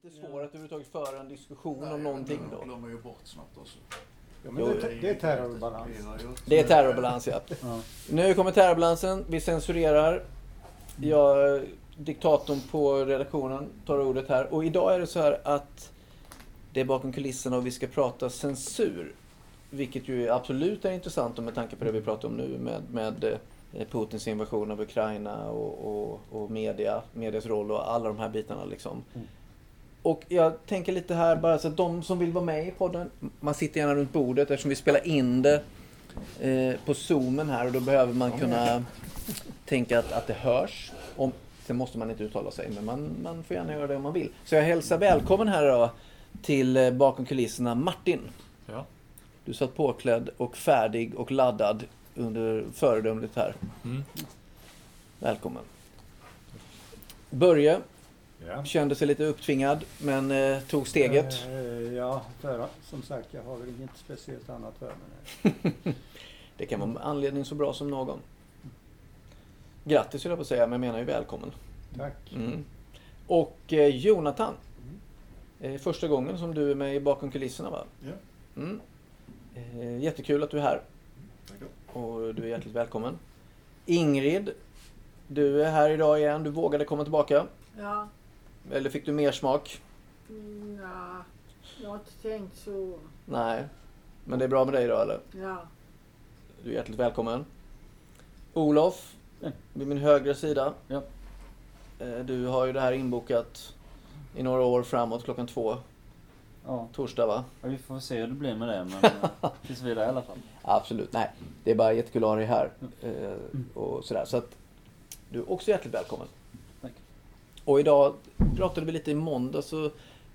lite svårt att överhuvudtaget föra en diskussion om någonting då. Det glömmer ju bort snabbt också. Ja, men det är terrorbalans. Det är terrorbalans, ja. Nu kommer terrorbalansen. Vi censurerar. Diktatorn på redaktionen tar ordet här. Och idag är det så här att det är bakom kulisserna och vi ska prata censur. Vilket ju absolut är intressant med tanke på det vi pratar om nu med Putins invasion av Ukraina och medias roll och alla de här bitarna liksom. Och jag tänker lite här bara så att de som vill vara med i podden, man sitter gärna runt bordet eftersom vi spelar in det på Zoomen här och då behöver man kunna tänka att det hörs. Sen måste man inte uttala sig, men man får gärna göra det om man vill. Så jag hälsar välkommen här då till bakom kulisserna Martin. Ja. Du satt påklädd och färdig och laddad under föredömligt här. Välkommen. Börje. Ja. Kände sig lite upptvingad, men tog steget. Som sagt, jag har väl inget speciellt annat för mig. Det kan vara en anledning så bra som någon. Grattis skulle jag på säga, men jag menar ju välkommen. Tack. Och Jonathan. Första gången som du är med bakom kulisserna, va? Ja. Jättekul att du är här. Tack. Och du är hjärtligt välkommen. Ingrid, du är här idag igen. Du vågade komma tillbaka. Ja. Eller fick du mer smak? Nej, jag har inte tänkt så. Nej. Men det är bra med dig då, eller? Ja. Du är hjärtligt välkommen. Olof, vid min högra sida. Ja. Du har ju det här inbokat i några år framåt 2:00. Ja. Torsdag, va? Ja, vi får se hur det blir med det, men tills vidare i alla fall. Absolut, nej. Det är bara jättekul att ha dig här. Och sådär. Så att du är också hjärtligt välkommen. Tack. Och idag pratade vi lite i måndag så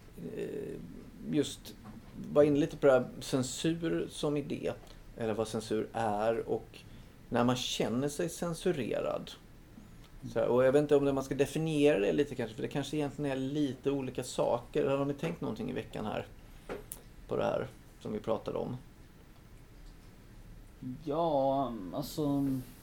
just var inne lite på det här censur som idé. Eller vad censur är och när man känner sig censurerad. Så här, och jag vet inte om man ska definiera det lite kanske, för det kanske egentligen är lite olika saker. Har ni tänkt någonting i veckan här på det här som vi pratade om? Ja, alltså...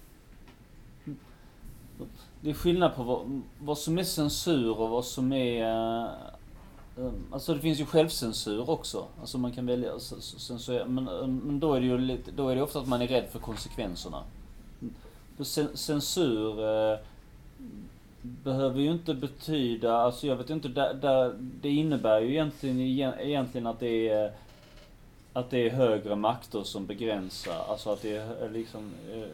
Det är skillnad på vad som är censur och vad som är... Alltså det finns ju självcensur också. Alltså man kan välja censur, men då är det ofta att man är rädd för konsekvenserna. Censur behöver ju inte betyda, alltså jag vet inte, det innebär ju egentligen att det är högre makter som begränsar, alltså att det är liksom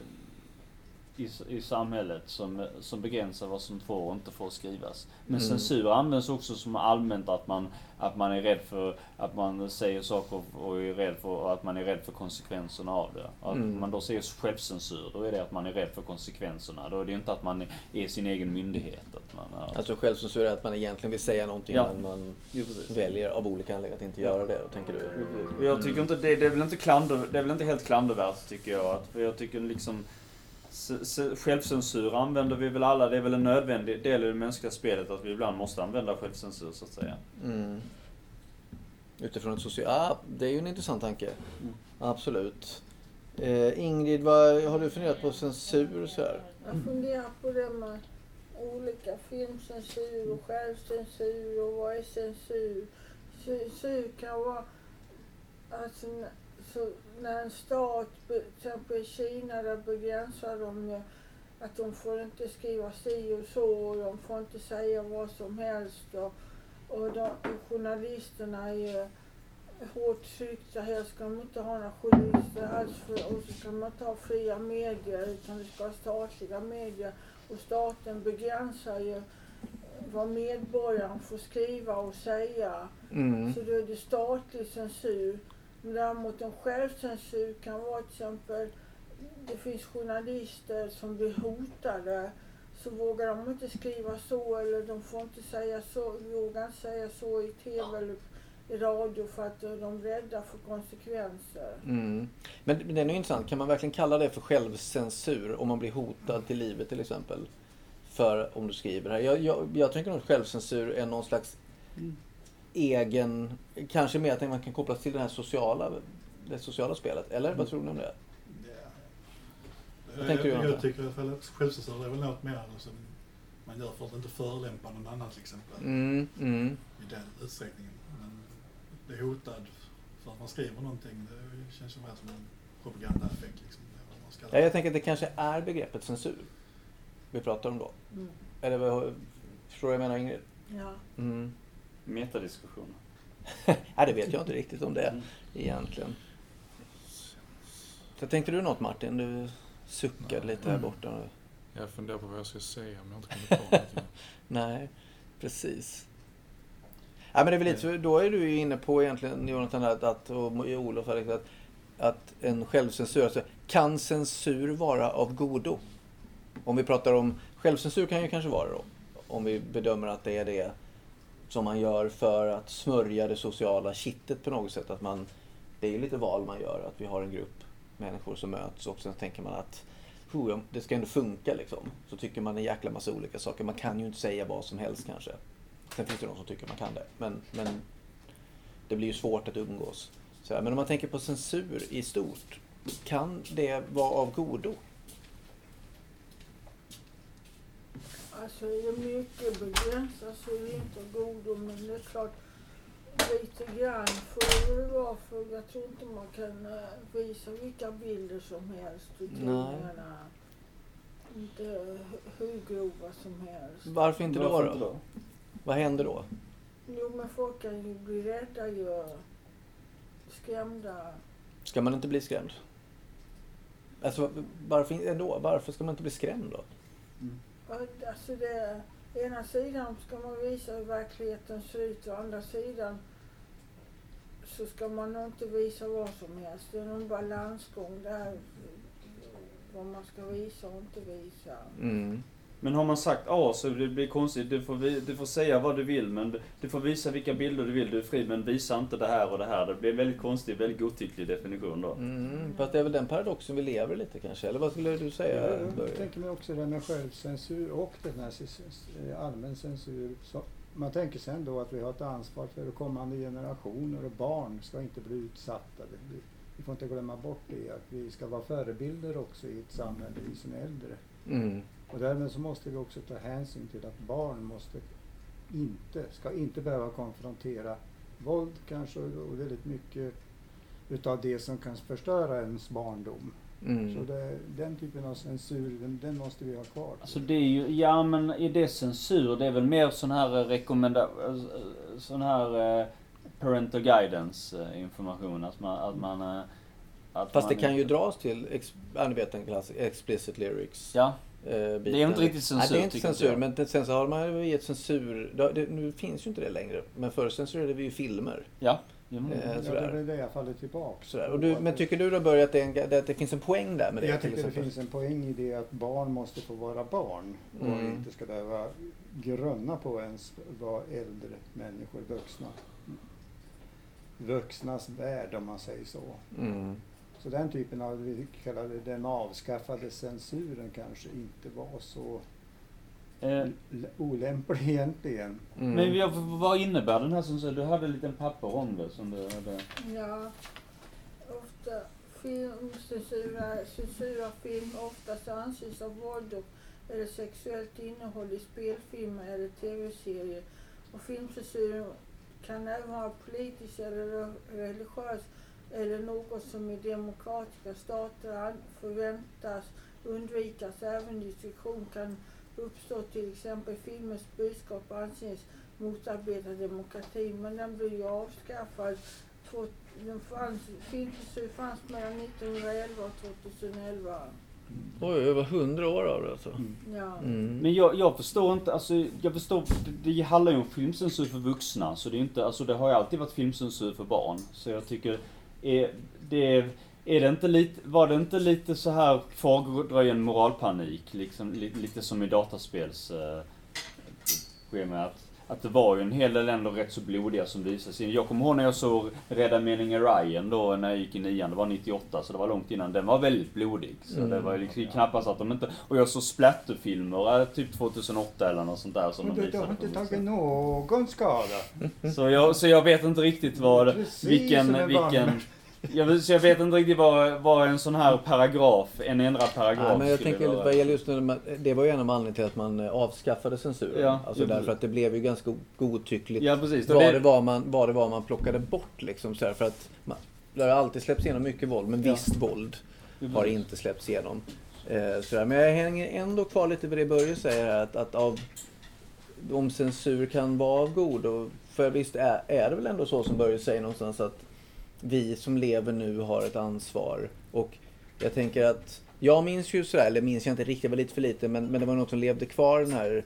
i samhället som begränsar vad som får och inte får skrivas. Men censur används också som allmänt att man är rädd för att man säger saker och är rädd för att man är rädd för konsekvenserna av det. Att man då säger självcensur, då är det att man är rädd för konsekvenserna. Då är det inte att man är sin egen myndighet. Alltså självcensur är att man egentligen vill säga någonting men man väljer av olika anledningar att inte göra det, tänker du? Jag tycker inte det är väl inte helt klandervärt, tycker jag. För jag tycker liksom självcensur använder vi väl alla. Det är väl en nödvändig del i det mänskliga spelet att vi ibland måste använda självcensur, så att säga. Utifrån ett socialt... det är ju en intressant tanke. Absolut. Ingrid, vad har du funderat på censur så här? Jag funderar på det med olika filmcensur och självcensur och vad är censur? Censur kan vara alltså så när en stat, till exempel Kina, där begränsar de ju att de får inte skriva si och så och de får inte säga vad som helst och journalisterna är ju hårt tryckta. Här ska de inte ha några journalister alls och så ska man inte ha fria medier utan det ska ha statliga medier och staten begränsar ju vad medborgaren får skriva och säga. Så då är det statlig censur. Men däremot en självcensur kan vara till exempel, det finns journalister som blir hotade så vågar de inte skriva så eller de får inte säga så, vågar inte säga så i tv eller i radio för att de är rädda för konsekvenser. Men det är nog intressant, kan man verkligen kalla det för självcensur om man blir hotad till livet till exempel? För om du skriver här. Jag tänker nog att självcensur är någon slags egen, kanske mer att man kan kopplas till det här det sociala spelet, eller vad tror ni om det? Jag tycker att självcensur är väl något mer som man gör för att inte förolämpa någon annan till exempel. I den utsträckningen. Men det är hotad för att man skriver någonting. Det känns ju mer som en propagandaeffekt. Liksom, man ska Jag tänker att det kanske är begreppet censur vi pratar om då. Eller förstår du vad jag menar, Ingrid? Ja. Metadiskussion. Nej, det vet jag inte riktigt om det egentligen. Så tänkte du något, Martin? Du suckade lite här borta. Jag funderar på vad jag ska säga om jag inte kommer på någonting. Nej, precis. Ja, men det är väl lite, då är du ju inne på egentligen, Jonathan, och Olof, att en självcensur, alltså, kan censur vara av godo? Om vi pratar om självcensur kan ju kanske vara då, om vi bedömer att det är det som man gör för att smörja det sociala kittet på något sätt, att man, det är ju lite val man gör, att vi har en grupp människor som möts och sen tänker man att det ska ändå funka liksom. Så tycker man en jäkla massa olika saker. Man kan ju inte säga vad som helst kanske. Sen finns det någon som tycker man kan det. Men det blir ju svårt att umgås. Men om man tänker på censur i stort, kan det vara av godo? Alltså är det mycket begränsat så är det inte av godo, men det är klart lite grann får det vara, för jag tror inte man kan visa vilka bilder som helst i tidningarna. Inte hur grova som helst. Varför inte då? Vad händer då? Jo, men folk kan ju bli rädda ju. Skrämda. Ska man inte bli skrämd? Alltså varför ska man inte bli skrämd då? Alltså ena sidan ska man visa hur verkligheten ser ut, och andra sidan så ska man nog inte visa vad som helst. Det är någon balansgång där, vad man ska visa och inte visa. Men har man sagt A så det blir konstigt. Du får säga vad du vill, men du får visa vilka bilder du vill. Du är fri, men visa inte det här och det här. Det blir väldigt konstigt, väldigt godtycklig definition då. Fast det är väl den paradoxen vi lever lite kanske. Eller vad skulle du säga? Jag tänker mig också det med självcensur och den här allmän censur. Så man tänker sen då att vi har ett ansvar för kommande generationer, och barn ska inte bli utsatta. Vi får inte glömma bort det, att vi ska vara förebilder också i ett samhälle, vi som är äldre. Och därmed så måste vi också ta hänsyn till att barn ska inte behöva konfrontera våld kanske, och väldigt mycket utav det som kan förstöra ens barndom. Så den typen av censur, den måste vi ha kvar. Alltså det är ju, men är det censur? Det är väl mer sån här parental guidance information, Fast det kan ju dras till explicit lyrics. Ja. Det är inte riktigt censur. Nej, det är inte censur, men sen så har man ju gett censur. Nu finns ju inte det längre, men förr censurerade vi ju filmer. Ja. Det är det jag faller tillbaka. Men tycker du då, Börje, att det finns en poäng där med det? Jag tycker det finns en poäng i det, att barn måste få vara barn och inte ska behöva grunna på ens vad äldre människor, vuxnas värld, om man säger så. Så den typen av, vi kallar det den avskaffade censuren, kanske inte var så olämplig egentligen. Men vad innebär den här censuren? Du hade en liten papper om det som du hade. Ja, ofta censur av film oftast anses av våld eller sexuellt innehåll i spelfilmer eller tv-serier. Och filmcensuren kan även vara politisk eller religiös, eller något som i demokratiska stater förväntas undvikas. Även diskussion kan uppstå, till exempel filmens budskap anses motarbeta demokrati, men den blir ju avskaffad. Filmcensur fanns mellan 1911 och 2011. Oj, över 100 år av det alltså. Ja. Men jag förstår inte, alltså det handlar ju om filmcensur för vuxna, så det är inte, alltså det har ju alltid varit filmcensur för barn, så jag tycker var det inte lite så här kvardröjande moralpanik, liksom lite som i dataspels att det var ju en hel del ändå rätt så blodiga som visade sig. Jag kommer ihåg när jag såg Rädda meningen Ryan då, när jag gick i 9, det var 98, så det var långt innan. Den var väldigt blodig, så det var liksom knappast att de inte. Och jag såg splatterfilmer typ 2008 eller något sånt där som de visade. Du har inte tagit någon skada. Så jag vet inte riktigt vilken Jag vet inte riktigt vad en sån här paragraf, en ändrad paragraf Ja, men jag skulle tänker vara. vad gäller just det var ju en av anledningarna till att man avskaffade censuren. Ja, alltså därför att det blev ju ganska godtyckligt Ja, precis. vad det var man plockade bort liksom så här, för att det har alltid släppts igenom mycket våld, men visst våld har inte släppts igenom. Men jag hänger ändå kvar lite vid det Börje säger här, att om censur kan vara av godo, för visst är det väl ändå så som Börje säger någonstans att vi som lever nu har ett ansvar. Och jag tänker att jag minns ju sådär, eller minns jag inte riktigt, var lite för lite, men det var något som levde kvar, den här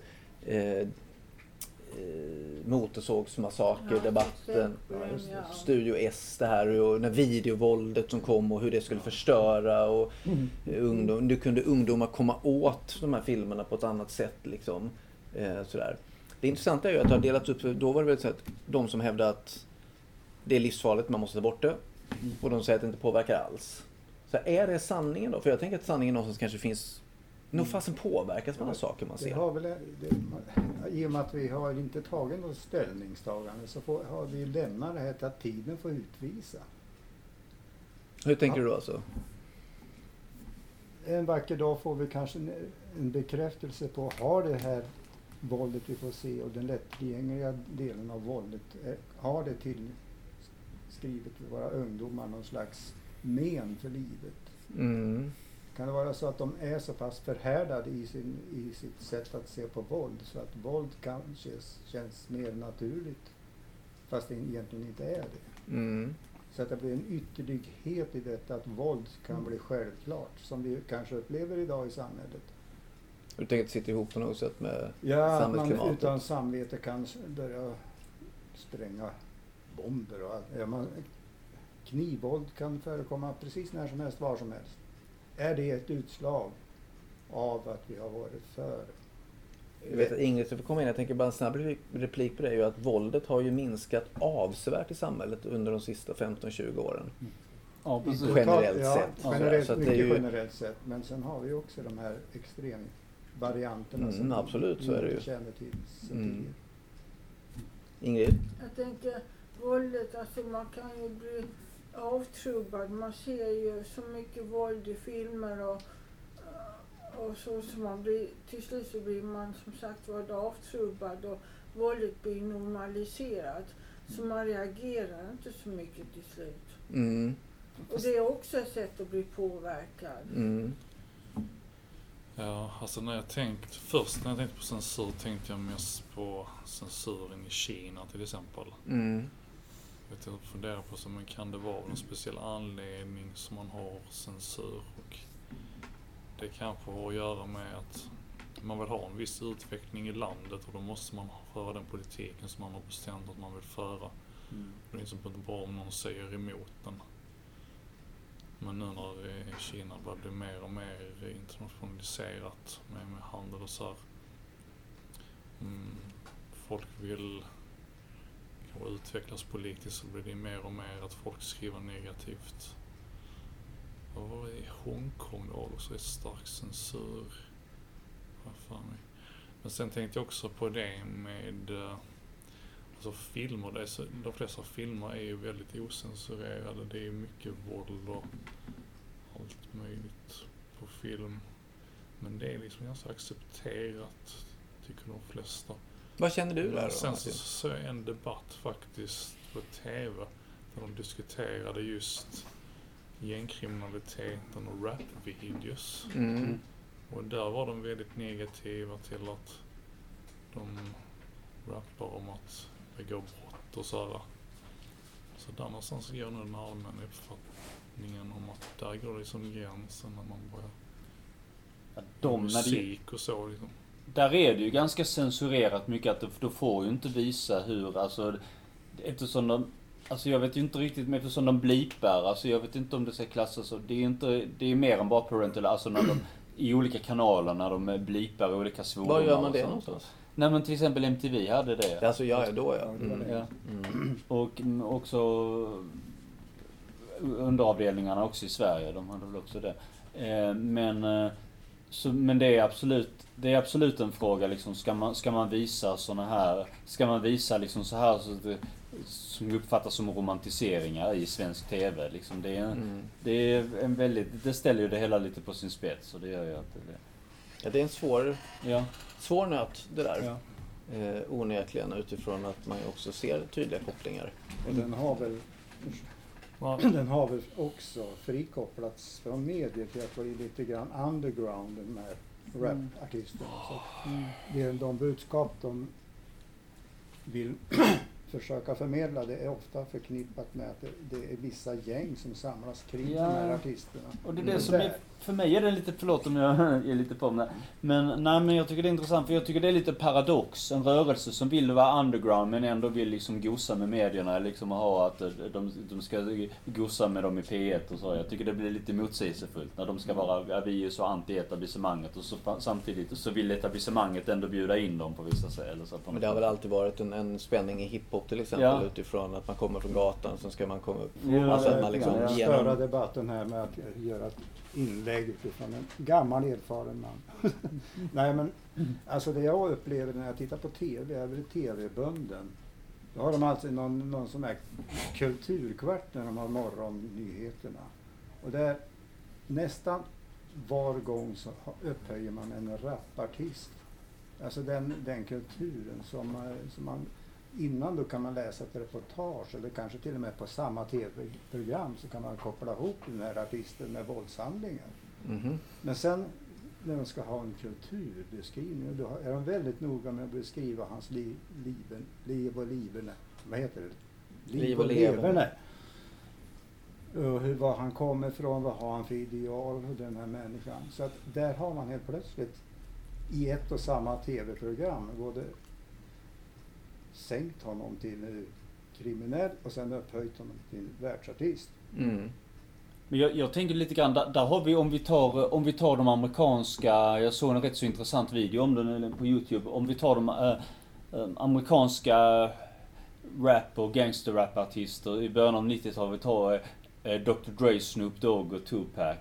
motorsågsmassaker-debatten, Studio S, det här och när videovåldet som kom och hur det skulle förstöra och nu kunde ungdomar komma åt de här filmerna på ett annat sätt liksom. Sådär. Det intressanta är ju att det har delats upp, då var det väl så att de som hävdade att det är livsfarligt, man måste ta bort det, och de säger att det inte påverkar alls. Så är det sanningen då? För jag tänker att sanningen någonstans kanske finns, nog fasen påverkas man av saker man ser. Det har väl, i och med att vi har inte tagit något ställningstagande så har vi lämnat det här till att tiden får utvisa. Hur tänker du då alltså? En vacker dag får vi kanske en bekräftelse på, har det här våldet vi får se och den lättillgängliga delen av våldet, har det tillskrivet för våra ungdomar någon slags men för livet? Kan det vara så att de är så pass förhärdade i sitt sätt att se på våld så att våld kanske känns mer naturligt fast det egentligen inte är det? Så att det blir en ytterlighet i detta att våld kan bli självklart, som vi kanske upplever idag i samhället. Du tänker att det sitter ihop på något sätt med samhällsklimatet? Ja, att man utan samvete kan börja spränga bomber och allt. Knivvåld kan förekomma precis när som helst, var som helst. Är det ett utslag av att vi har varit för? Jag vet att Ingrid ska få komma in. Jag tänker bara en snabb replik på det är ju att våldet har ju minskat avsevärt i samhället under de sista 15-20 åren. Ja, precis. Generellt sett. Generellt, så att mycket det är ju... generellt sett. Men sen har vi också de här extremvarianterna som absolut, så är det ju. Känner till sen Ingrid? Jag tänker våldet, alltså man kan ju bli avtrubbad. Man ser ju så mycket våld i filmer och så man blir, till slut så blir man som sagt varit avtrubbad och våldet blir normaliserat. Så man reagerar inte så mycket till slut. Och det är också ett sätt att bli påverkad. Ja, alltså när jag tänkte på censur tänkte jag mest på censuren i Kina till exempel. Jag funderar på så, men kan det vara en speciell anledning som man har censur, och det kanske har att göra med att man vill ha en viss utveckling i landet och då måste man föra den politiken som man har bestämt att man vill föra. Det är liksom inte bra om någon säger emot den. Men nu när Kina börjar bli mer och mer internationaliserat med handel och så här, folk vill utvecklas politiskt, så blir det mer och mer att folk skriver negativt. Och var det i Hongkong då också ett stark censur? Men sen tänkte jag också på det med alltså filmer. De flesta filmer är ju väldigt osensurerade. Det är mycket våld och allt möjligt på film. Men det är liksom ganska accepterat, tycker de flesta. Vad känner du där då? Sen så såg jag en debatt faktiskt på TV där de diskuterade just gängkriminaliteten och rap-videos. Och där var de väldigt negativa till att de rappar om att begå brott och sådär. Så där någonstans går nu den allmänna uppfattningen om att där går det som gränsen när man börjar musik och så liksom. Där är det ju ganska censurerat mycket, att du får ju inte visa hur, alltså eftersom de, alltså jag vet ju inte riktigt, men eftersom de blipar, alltså jag vet inte om det ska klassas så, det är inte, det är mer än bara parental, alltså när de i olika kanaler när de blipar olika svordomar. Var gör man det någonstans? Nej men till exempel MTV hade det. Alltså ja, då ja. Ja. Och också underavdelningarna också i Sverige, de hade väl också det. Men Men det är absolut en fråga liksom, ska man visa såna här, ska man visa liksom så här så det, som uppfattas som romantiseringar i svensk TV liksom, det är en väldigt, det ställer ju det hela lite på sin spets, och det gör ju att Ja, det är en svår nöt det där. Ja. Onekligen, utifrån att man också ser tydliga kopplingar. Och den har väl också frikopplats från medier till att bli lite grann underground, de här rapartisterna. Så det är de budskap de vill försöka förmedla, det är ofta förknippat med att det är vissa gäng som samlas kring de här artisterna. Och det är det som för mig är det lite, förlåt om jag är lite på med det. Men jag tycker det är intressant, för jag tycker det är lite paradox. En rörelse som vill vara underground men ändå vill liksom gosa med medierna, liksom ha att de ska gosa med dem i P1 och så. Jag tycker det blir lite motsägelsefullt när de ska vara, vi är så anti-etablissemanget och så samtidigt så vill etablissemanget ändå bjuda in dem på vissa sätt. Eller så att Men det har väl alltid varit en spänning i hiphop till exempel, utifrån att man kommer från gatan, så ska man komma upp. Jag störa debatten här med att göra ett inlägg utifrån en gammal erfaren man. Nej, men alltså det jag upplever när jag tittar på TV är väl TV-bunden. Då har de alltid någon sån här kulturkvart när de har morgonnyheterna. Och där nästan var gång så upphöjer man en rapartist. Alltså den kulturen som man innan då kan man läsa ett reportage eller kanske till och med på samma tv-program så kan man koppla ihop den här artisten med våldshandlingar. Men sen när de ska ha en kulturbeskrivning, då är de väldigt noga med att beskriva hans liv och leverne. Vad heter det? Liv och leverne. Var han kommer ifrån, vad har han för ideal, den här människan. Så att där har man helt plötsligt i ett och samma tv-program både sänkt honom till kriminell och sen upphöjt honom till världsartist. Men jag tänker lite grann, där har vi, om vi tar de amerikanska, jag såg en rätt så intressant video om den på YouTube, om vi tar de amerikanska rap och gangster-rap-artister i början av 90-talet, vi tar Dr. Dre, Snoop Dogg och Tupac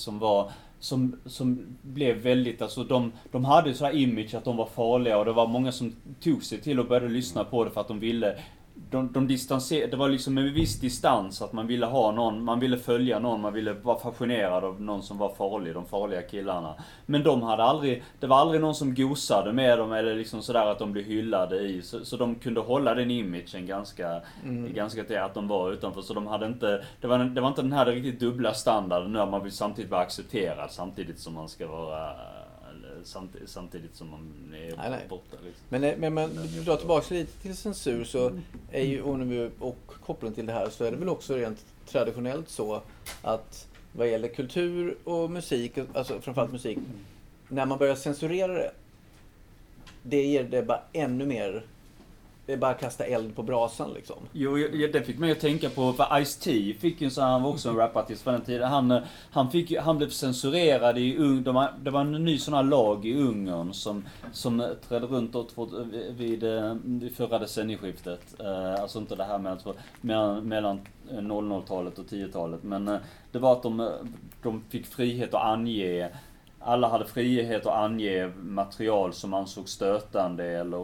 som blev väldigt, alltså de hade så här image att de var farliga, och det var många som tog sig till och började lyssna på det för att de ville, de distanserade, det var liksom en viss distans, att man ville ha någon, man ville följa någon, man ville vara fascinerad av någon som var farlig, de farliga killarna. Men de hade aldrig, det var aldrig någon som gosade med dem eller liksom sådär att de blev hyllade i, så de kunde hålla den imagen ganska till att de var utanför, så de hade inte, det var inte den här riktigt dubbla standarden när man vill samtidigt vara accepterad samtidigt som man ska vara samtidigt som man är borta. Liksom. Men du drar tillbaka lite till censur, så är ju, och kopplat till det här, så är det väl också rent traditionellt så att vad gäller kultur och musik, alltså framförallt musik, när man börjar censurera det ger det bara ännu mer, det är bara att kasta eld på brasan liksom. Jo, det fick mig att tänka på, för Ice-T fick ju så, han var också en rapartist för den tiden. Han blev censurerad i det var en ny sån här lag i Ungern som trädde runt vid förra decennieskiftet. Alltså inte det här mellan 00-talet och 10-talet, men det var att de fick frihet att ange, alla hade frihet att ange material som ansågs stötande eller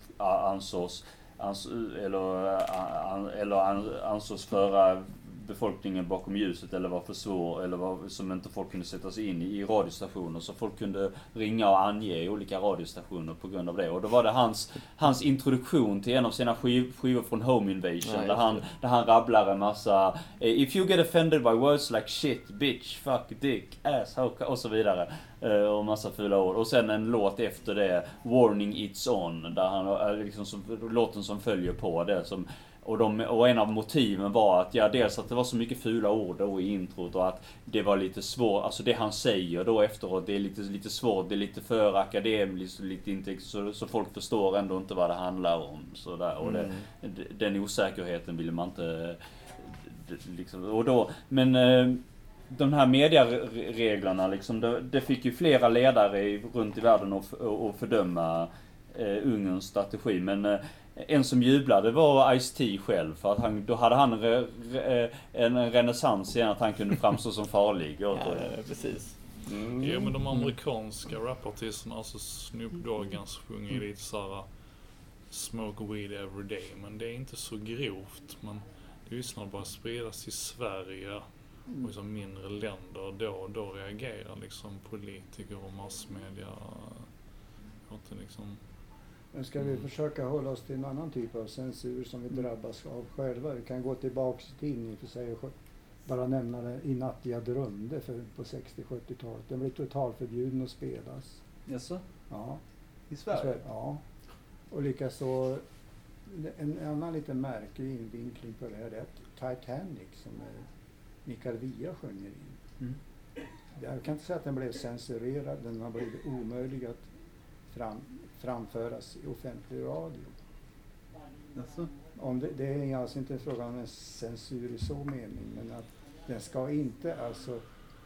ansågs föra befolkningen bakom ljuset eller var för svår eller som inte folk kunde sätta sig in i radiostationer, så folk kunde ringa och ange olika radiostationer på grund av det. Och då var det hans introduktion till en av sina skivor från Home Invasion, där han rabblar en massa if you get offended by words like shit, bitch, fuck, dick, ass, och så vidare, och massa fula ord. Och sen en låt efter det, Warning It's On, där han liksom låten som följer på det som. Och en av motiven var att dels att det var så mycket fula ord då i introt, och att det var lite svårt, alltså det han säger då efteråt, det är lite svårt, det är lite för akademiskt, lite inte, så folk förstår ändå inte vad det handlar om så där, och den osäkerheten ville man inte liksom, och då, men de här mediereglerna liksom, det fick ju flera ledare runt i världen att fördöma Ungerns strategi, men en som jublade var Ice-T själv, för att då hade han en renässans igen, att han kunde framstå som farlig. Ja, precis. Ja, men de amerikanska rapartisterna, alltså Snoop Dogg, han sjunger ju lite såhär smoke weed every day, men det är inte så grovt. Men det är ju snarare bara spridas i Sverige och liksom mindre länder. Då reagerar liksom politiker och massmedia. Liksom. Men ska vi försöka hålla oss till en annan typ av censur som vi drabbas av själva? Vi kan gå tillbaks i tidningen för sig och bara nämna det I natt jag drömde på 60-70-talet. Den blev totalförbjuden att spelas. Jaså? Ja. I Sverige? Ja. Och likaså en annan lite märklig invinkling på det här är att Titanic som Mikael Wiehe sjunger in. Jag kan inte säga att den blev censurerad, den har blivit omöjlig att framföras i offentlig radio. Jaså? Det är alltså inte frågan om en censur i så mening, men att den ska inte, alltså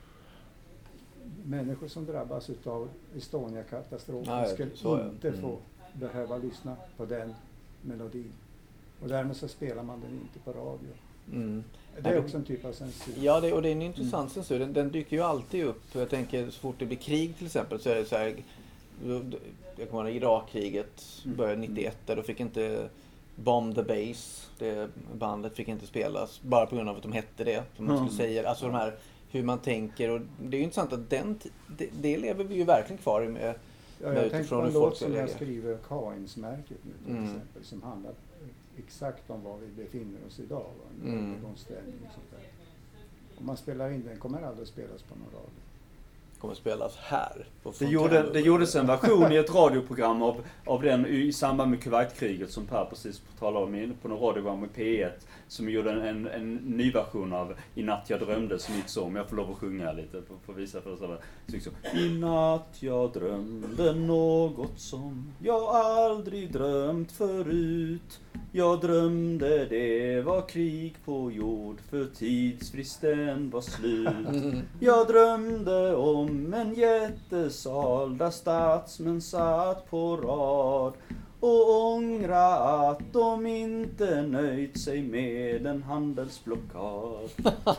människor som drabbas av Estonia-katastrofen skulle inte få behöva lyssna på den melodin. Och därmed så spelar man den inte på radio. Det är också en typ av censur. Ja, och det är en intressant censur. Den dyker ju alltid upp. Jag tänker så fort det blir krig till exempel så är det så här. Jag kommer ihåg Irakkriget började 91 där då fick inte Bomb the Base, det bandet fick inte spelas bara på grund av att de hette det som man skulle säga. Alltså de här hur man tänker, och det är ju intressant att det lever vi ju verkligen kvar med. Jag tänkte på en låt som jag skriver, Kains-märket nu till exempel, som handlar exakt om var vi befinner oss idag. En övergångsställning och sånt där. Om man spelar in den kommer aldrig att spelas på någon radio. Kommer spelas här. På det gjordes en version i ett radioprogram av den i samband med Kuwaitkriget som Per precis talade om på någon radioprogram med P1 som gjorde en ny version av I natt jag drömde som gick så, om jag får lov att sjunga lite på visa för så gick så. I natt jag drömde något som jag aldrig drömt förut. Jag drömde det var krig på jord för tidsfristen var slut. Jag drömde om en jättesal där statsmän satt på rad och ångra att de inte nöjt sig med en handelsblockad.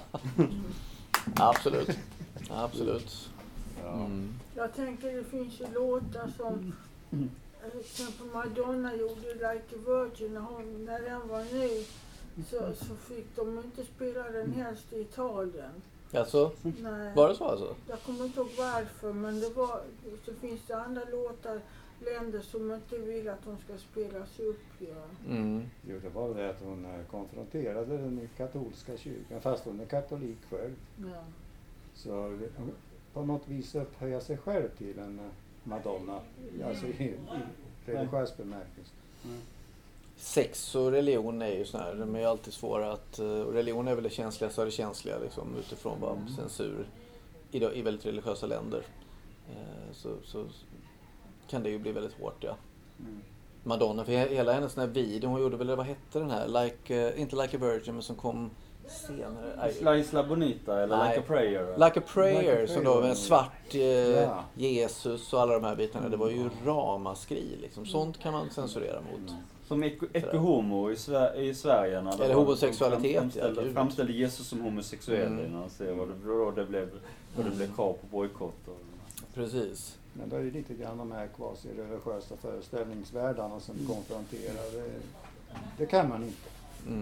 Absolut. Jag tänker det finns ju låtar som till exempel Madonna gjorde Like a Virgin när den var ny så fick de inte spela den helst i Italien. Alltså? Nej. Var det så alltså? Jag kommer inte ihåg varför, men så finns det andra länder som inte vill att de ska spelas upp. Ja. Jo, det var det att hon konfronterade den katolska kyrkan, fast hon är katolik själv. Ja. Så på något vis upphöja sig själv till en Madonna, alltså i religiös bemärkelse. Sex och religion är ju sån här, de är ju alltid svåra att, och religion är väl det känsliga, så är det känsliga liksom, utifrån vad censur i väldigt religiösa länder. Så kan det ju bli väldigt hårt, ja. Madonna, för hela hennes den här video, hon gjorde väl, vad hette den här? Inte Like a Virgin, men som kom senare. La Isla Bonita eller Nej. Like a Prayer? Like a Prayer, som då var en svart Jesus och alla de här bitarna. Det var ju ramaskri liksom. Sånt kan man censurera mot. Som Ecce Homo i Sverige. När eller homosexualitet. Framställde Jesus som homosexuell. Då det blev krav på bojkott. Precis. Men då är det lite grann de här quasi-religiösa föreställningsvärldarna som konfronterar. Det kan man inte.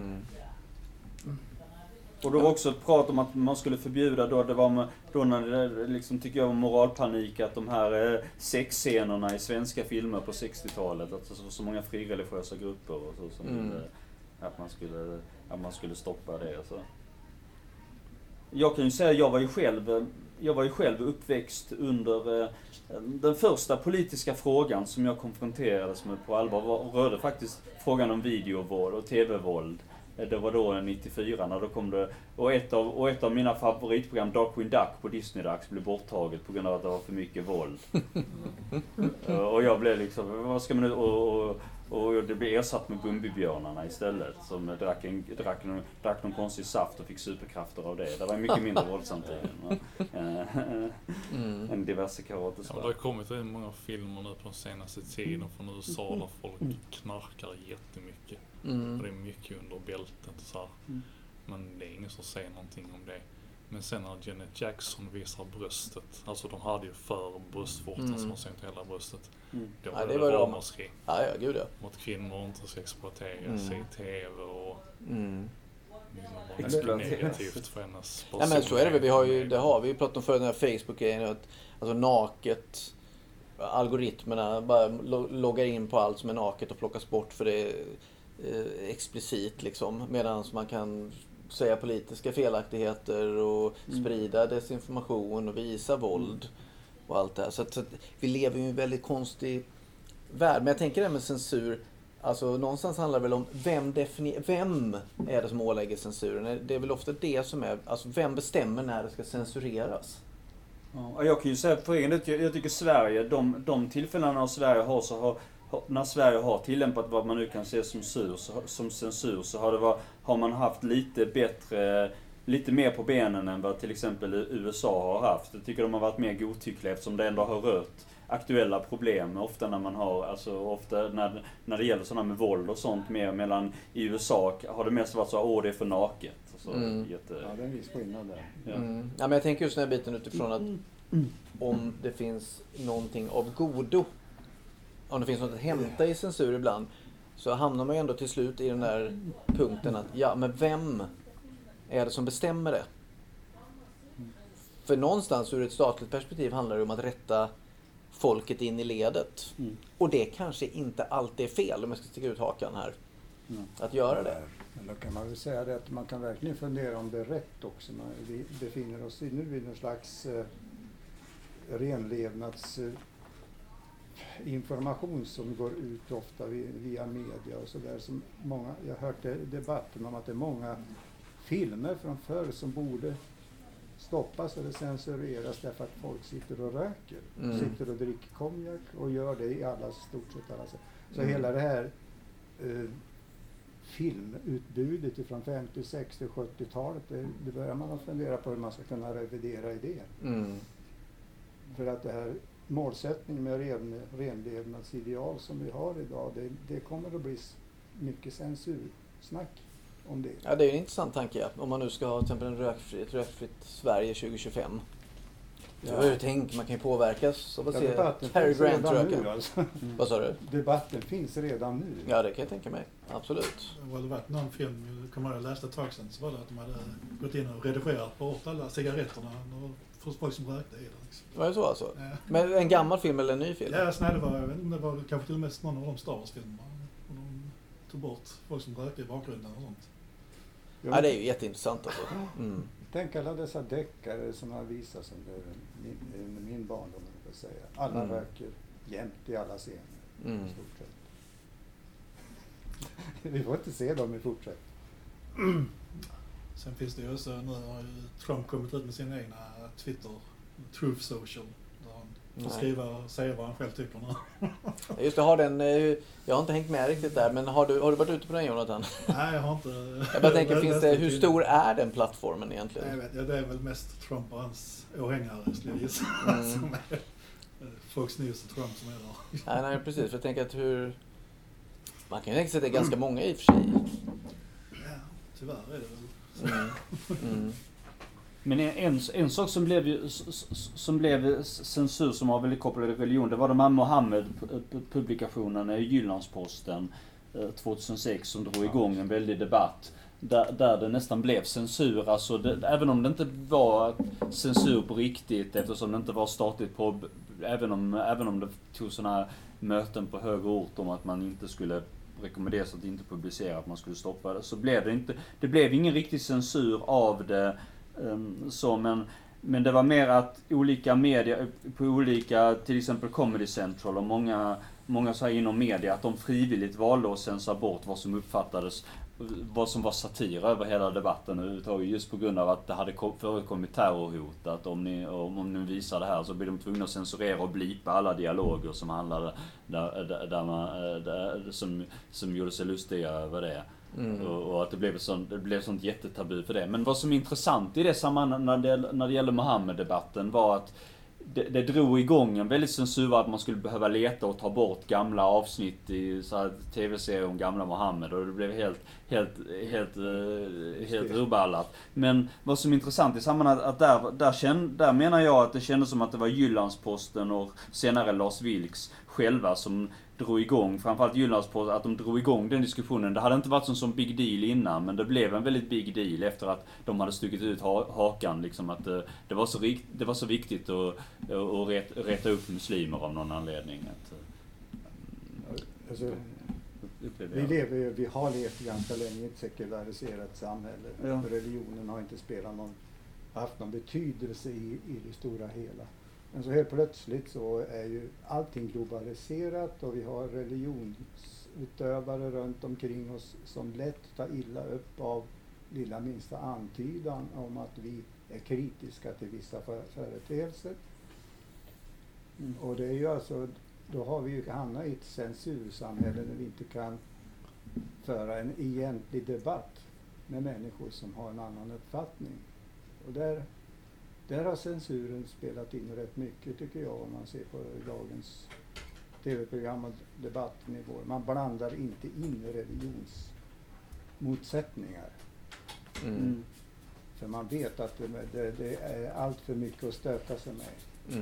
Och då var också ett prat om att man skulle förbjuda det var då när det liksom, tycker jag var moralpanik att de här sexscenerna i svenska filmer på 60-talet, att så många frireligiösa grupper och så som att man skulle stoppa det så. Jag kan ju säga jag var ju själv uppväxt under den första politiska frågan som jag konfronterades med på allvar rörde faktiskt frågan om videovåld och tv-våld. Det var då 94 när då kom det och ett av mina favoritprogram, Darkwing Duck på Disney-dags, blev borttaget på grund av att det var för mycket våld. Och jag blev liksom, vad ska man nu, och det blev ersatt med Bumbibjörnarna istället som drack någon konstig saft och fick superkrafter av det. Det var mycket mindre våldsamt än diverse karatespel. Ja, det har kommit många filmer nu på den senaste tiden från USA där folk knarkar jättemycket. Och det är mycket under bältet och så här. Men det är ingen som säger någonting om det. Men sen när Janet Jackson visar bröstet, alltså de hade ju för bröstvårtan som har sänkt hela bröstet. Då var det ramaskri. Ja, gud ja. Mot kvinnor inte så exploateras i TV och negativt för hennes person. Ja, men så är det. Det har vi pratat om för den här Facebook-grejen, att alltså naket, algoritmerna bara loggar in på allt som är naket och plockas bort för det är explicit liksom, medan man kan säga politiska felaktigheter och sprida desinformation och visa våld och allt det här. Så att vi lever ju i en väldigt konstig värld. Men jag tänker det med censur, alltså någonstans handlar det väl om vem är det som ålägger censuren? Det är väl ofta det som är, alltså vem bestämmer när det ska censureras? Ja, jag kan ju säga för egen del, jag tycker Sverige, de tillfällena när Sverige när Sverige har tillämpat vad man nu kan se som censur, så har man haft lite mer på benen än vad till exempel USA har haft. Jag tycker de har varit mer godtyckliga eftersom det ändå har rört aktuella problem. Ofta när man har, alltså när det gäller sådana med våld och sånt mer mellan i USA har det mest varit så det är för naket. Så, Ja, det är en viss skillnad där. Ja. Ja, men jag tänker just den här biten utifrån att om det finns någonting av godo, om det finns något att hämta i censur ibland, så hamnar man ju ändå till slut i den där punkten att men vem är det som bestämmer det? För någonstans ur ett statligt perspektiv handlar det om att rätta folket in i ledet. Och det kanske inte alltid är fel, om jag ska sticka ut hakan här. Att göra det. Men då kan man väl säga det att man kan verkligen fundera om det är rätt också. Vi befinner oss nu vid någon slags renlevnadsinformation som går ut ofta via media och sådär. Jag har hört debatten om att det är många filmer från förr som borde stoppas eller censureras därför att folk sitter och röker. Sitter och dricker konjak och gör det i stort sett alla sätt. Så hela det här filmutbudet från 50, 60, 70-talet, det börjar man att fundera på hur man ska kunna revidera i det. För att det här målsättningen med renlevnadsideal som vi har idag, det kommer att bli mycket censursnack om det. Ja, det är en intressant tanke. Om man nu ska ha till exempel ett rökfritt Sverige 2025. Tänk, man kan ju påverkas av att se Cary Grant röka. Alltså. Vad sa du? Debatten finns redan nu. Ja, det kan jag tänka mig. Absolut. Det har varit någon film, jag läste ett tag sedan, så var det att de hade gått in och redigerat bort alla cigaretterna för folk som rökte i den. Liksom. Var det så alltså? Ja. Men en gammal film eller en ny film? Ja, det var kanske till och med någon av de Star Wars-filmerna. Och de tog bort folk som rökte i bakgrunden och sånt. Ja, det är ju jätteintressant alltså. Tänk alla dessa deckare som har visats under min barndom, jag säga. Alla röker jämt i alla scener. I stort sett. Vi får inte se dem i fortsättning. Sen finns det ju också, nu har ju Trump kommit ut med sina egna Twitter, Truth Social, där han får skriva och säga vad han själv tycker nu. Just det, jag har inte hängt med riktigt där, men har du varit ute på den, Jonathan? Nej, jag har inte. Jag bara tänker, hur stor är den plattformen egentligen? Jag vet, det är väl mest Trump och hans åhängare, skulle jag gissa. Som är Fox News och Trump som är där. Nej, precis. För jag tänker att man kan ju tänka sig att det är ganska många i och för sig. Ja, tyvärr är det väl. Men en sak som blev censur som var väldigt kopplad till religion, det var de här Mohammed-publikationerna i Jyllandsposten 2006 som drog igång en väldig debatt. Där det nästan blev censur, alltså även om det inte var censur på riktigt, eftersom det inte var statligt på, även om det tog sådana här möten på högre ort om att man inte skulle rekommenderas att inte publicera, att man skulle stoppa det, så blev det blev ingen riktig censur av det, men det var mer att olika media på olika, till exempel Comedy Central och många så här inom media, att de frivilligt valde att censura bort vad som uppfattades, vad som var satir över hela debatten överhuvudtaget, just på grund av att det hade förekommit terrorhot, att om ni visar det här så blir de tvungna att censurera och blipa alla dialoger som handlade som gjorde sig lustiga över det. Och att det blev sånt jättetabu för det. Men vad som är intressant i det sammanhanget när det gäller Mohammed-debatten var att det drog igång en väldigt censur att man skulle behöva leta och ta bort gamla avsnitt i så här tv-serier om gamla Mohammed, och det blev helt urballat. Men vad som är intressant i sammanhanget att där menar jag att det kändes som att det var Jyllandsposten och senare Lars Vilks själva som drog igång, framförallt Jyllandsposten, att de drog igång den diskussionen. Det hade inte varit en sån big deal innan, men det blev en väldigt big deal efter att de hade stuckit ut hakan liksom, att det var så viktigt att reta upp muslimer av någon anledning. Alltså, vi har levt ganska länge i ett sekulariserat samhälle. Ja. Religionen har inte haft någon betydelse i det stora hela. Men så helt plötsligt så är ju allting globaliserat och vi har religionsutövare runt omkring oss som lätt tar illa upp av lilla minsta antydan om att vi är kritiska till vissa företeelser. Och det är ju alltså, då har vi ju hamnat i ett censursamhälle där vi inte kan föra en egentlig debatt med människor som har en annan uppfattning. Och där har censuren spelat in rätt mycket, tycker jag, om man ser på dagens tv-program och debattnivå. Man blandar inte in religionsmotsättningar. För man vet att det är allt för mycket att stöta sig med.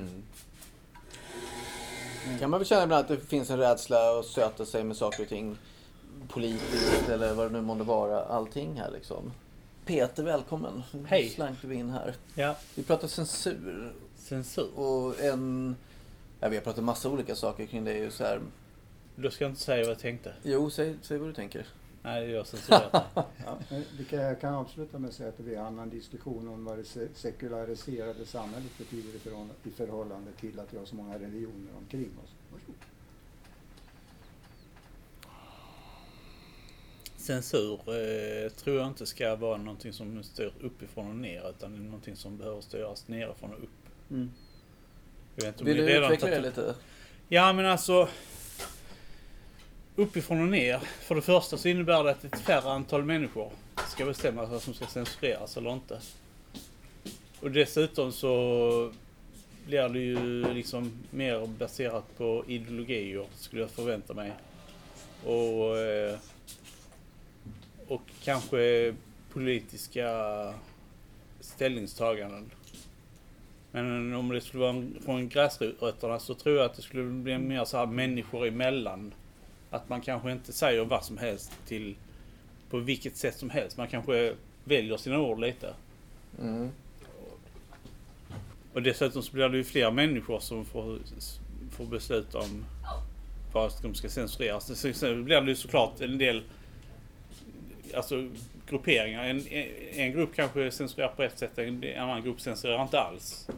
Kan man väl känna ibland att det finns en rädsla att söta sig med saker och ting politiskt eller vad det nu måste vara, allting här liksom. Peter, välkommen. Hej. Slank du in här. Ja. Vi pratar censur. Och vi har pratat massa olika saker kring det. Ju så här. Du ska inte säga vad jag tänkte. Jo, säg vad du tänker. Nej, jag censurerar. Jag kan avsluta med att säga att vi har en annan diskussion om vad det sekulariserade samhället betyder i förhållande till att vi har så många religioner omkring oss. Varsågod. Censur tror jag inte ska vara någonting som styr uppifrån och ner, utan det är någonting som behöver styras nerifrån och upp. Vill du utveckla det lite? Ja, men alltså uppifrån och ner. För det första så innebär det att ett färre antal människor ska bestämma vad som ska censureras eller inte. Och dessutom så blir det ju liksom mer baserat på ideologier, skulle jag förvänta mig. Och kanske politiska ställningstaganden. Men om det skulle vara från gräsrötterna så tror jag att det skulle bli mer så här människor emellan. Att man kanske inte säger vad som helst på vilket sätt som helst. Man kanske väljer sina ord lite. Och dessutom så blir det ju fler människor som får besluta om vad de ska censureras. Sen blir det ju såklart en del grupperingar. En grupp kanske censurerar på ett sätt, en annan grupp censurerar inte alls.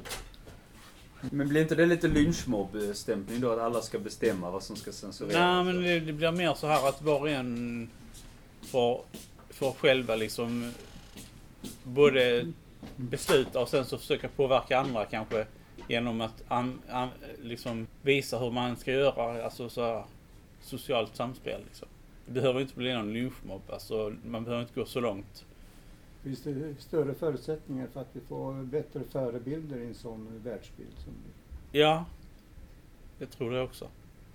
Men blir inte det lite lynchmobb-stämpling då, att alla ska bestämma vad som ska censureras? Nej, men det blir mer så här att var och en får själva liksom både besluta och sen så försöka påverka andra kanske genom att liksom visa hur man ska göra, alltså så här, socialt samspel liksom. Det behöver inte bli någon lynchmobb, alltså man behöver inte gå så långt. Finns det större förutsättningar för att vi får bättre förebilder i en sån världsbild som det? Ja, det tror jag också.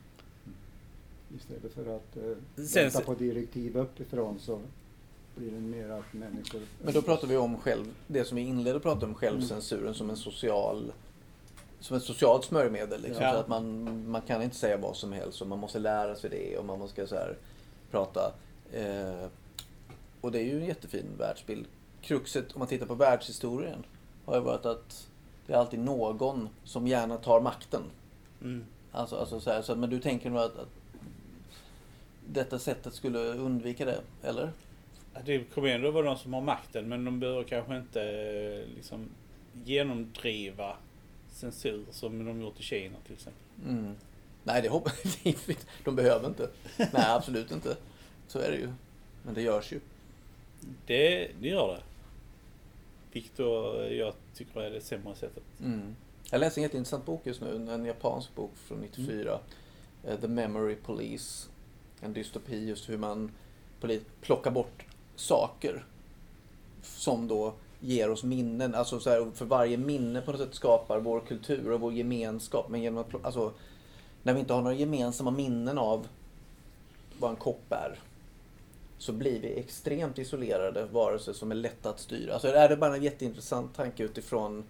Istället för att vänta på direktiv uppifrån så blir det mer att människor... Men då pratar vi om det som vi inledde att prata om, självcensuren som ett socialt smörjmedel. Liksom, så att man kan inte säga vad som helst och man måste lära sig det och man måste så här prata. Och det är ju en jättefin världsbild. Kruxet, om man tittar på världshistorien, har ju varit att det är alltid någon som gärna tar makten. Alltså så här, så, men du tänker nog att detta sättet skulle undvika det, eller? Det kommer ändå vara de som har makten, men de behöver kanske inte liksom genomdriva censur som de gjort i Kina till exempel. Nej, det hoppas jag. De behöver inte. Nej, absolut inte. Så är det ju. Men det görs ju. Det gör det. Vilket jag tycker är det sämre sättet. Jag läser en jätteintressant bok just nu. En japansk bok från 94. The Memory Police. En dystopi, just hur man plockar bort saker som då ger oss minnen. Alltså så här, för varje minne på något sätt skapar vår kultur och vår gemenskap. Men genom att, alltså, när vi inte har några gemensamma minnen av vad en kopp är, så blir vi extremt isolerade varelser som är lätta att styra. Alltså är det bara en jätteintressant tanke utifrån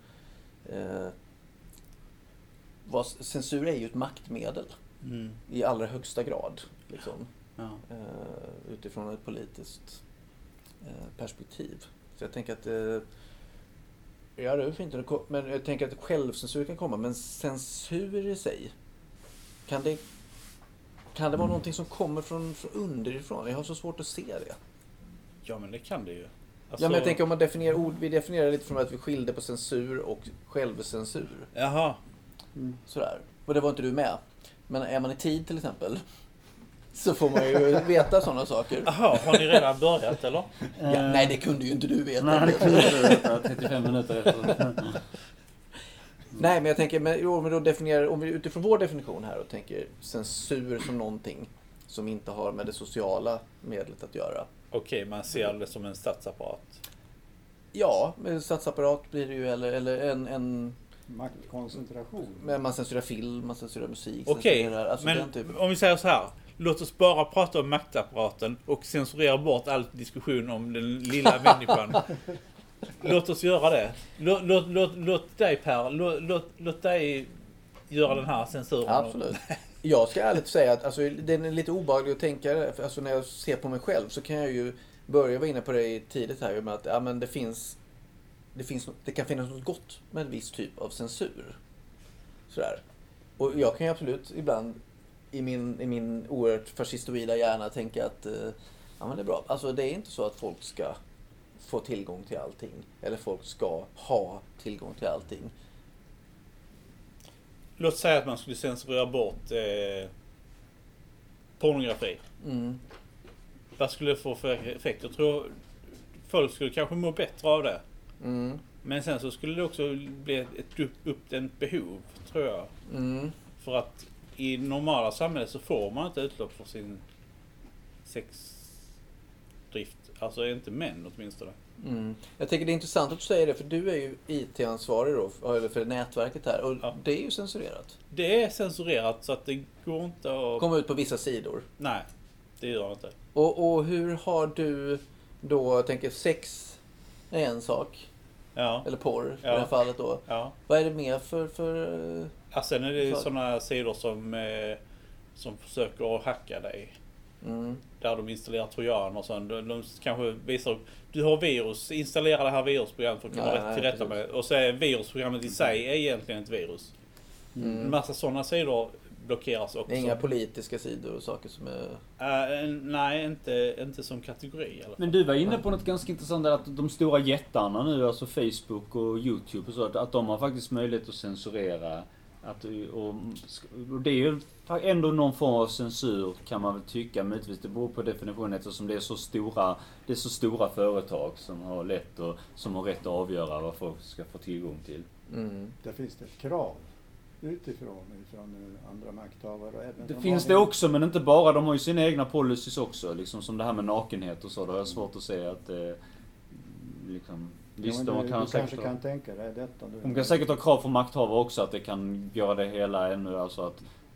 censur är ju ett maktmedel i allra högsta grad. Liksom, utifrån ett politiskt perspektiv. Så jag tänker att ja, det är fint, men jag tänker att självcensur kan komma, men censur i sig, kan det vara någonting som kommer från underifrån? Jag har så svårt att se det. Ja, men det kan det ju. Alltså, ja, men jag tänker om man definierar ord, vi definierar lite från att vi skilde på censur och självcensur. Jaha. Sådär. Och det var inte du med. Men är man i tid till exempel, så får man ju veta sådana saker. Jaha, har ni redan börjat eller? Ja, nej, det kunde ju inte du veta. Nej, det kunde du veta 35 minuter efter. Nej, men jag tänker, om vi utifrån vår definition här och tänker censur som någonting som inte har med det sociala medlet att göra. Okej, man ser det som en statsapparat. Ja, med statsapparat blir det ju, eller en maktkoncentration. Men man censurerar film, man censurerar musik. Okej, alltså men om vi säger så här. Låt oss bara prata om maktapparaten och censurera bort all diskussion om den lilla människan. Låt oss göra det. Låt dig Per, låt dig göra den här censuren. Absolut. Jag ska ärligt säga att alltså, det är lite obehagligt att tänka, alltså, när jag ser på mig själv så kan jag ju börja vara inne på det tidigt här med att ja, men det kan finnas något gott med en viss typ av censur. Sådär. Och jag kan ju absolut ibland i min oerhört fascistoida hjärna tänka att ja, men det är bra. Alltså det är inte så att folk ska få tillgång till allting. Eller folk ska ha tillgång till allting. Låt säga att man skulle censurera bort pornografi. Vad skulle det få för effekt? Jag tror folk skulle kanske må bättre av det. Men sen så skulle det också bli ett uppdämt behov, tror jag. För att i normala samhället så får man inte utlopp för sin sexdrift. Alltså inte män åtminstone. Jag tycker det är intressant att du säger det, för du är ju IT-ansvarig då, eller för nätverket här. Och ja, det är ju censurerat. Det är censurerat så att det går inte att komma ut på vissa sidor. Nej, det gör det inte. Och hur har du då, jag tänker sex är en sak. Ja. Eller porr i det här fallet då. Ja. Vad är det mer för ja, sen är det sådana sidor som försöker hacka dig. Där de installerar trojan och sånt. De kanske visar, du har virus, installera det här virusprogrammet för att komma rätt till rätta med. Och så är virusprogrammet i sig är egentligen ett virus. En massa sådana sidor blockeras också. Inga politiska sidor och saker som är... nej, inte som kategori. Eller? Men du var inne på något ganska intressant där, att de stora jättarna nu, alltså Facebook och YouTube och så, att de har faktiskt möjlighet att censurera. Och det är ju ändå någon form av censur, kan man väl tycka, möjligtvis det beror på definitionen, eftersom det är så stora företag som har rätt att avgöra vad folk ska få tillgång till. Där finns det ett krav utifrån andra makthavare. Och även det finns det också, men inte bara. De har ju sina egna policies också, liksom som det här med nakenhet och så. Då har jag svårt att säga att liksom... Visst, ja, de kanske kan tänka dig detta. De kan säkert ha krav på makthavare också, att det kan göra det hela ännu, alltså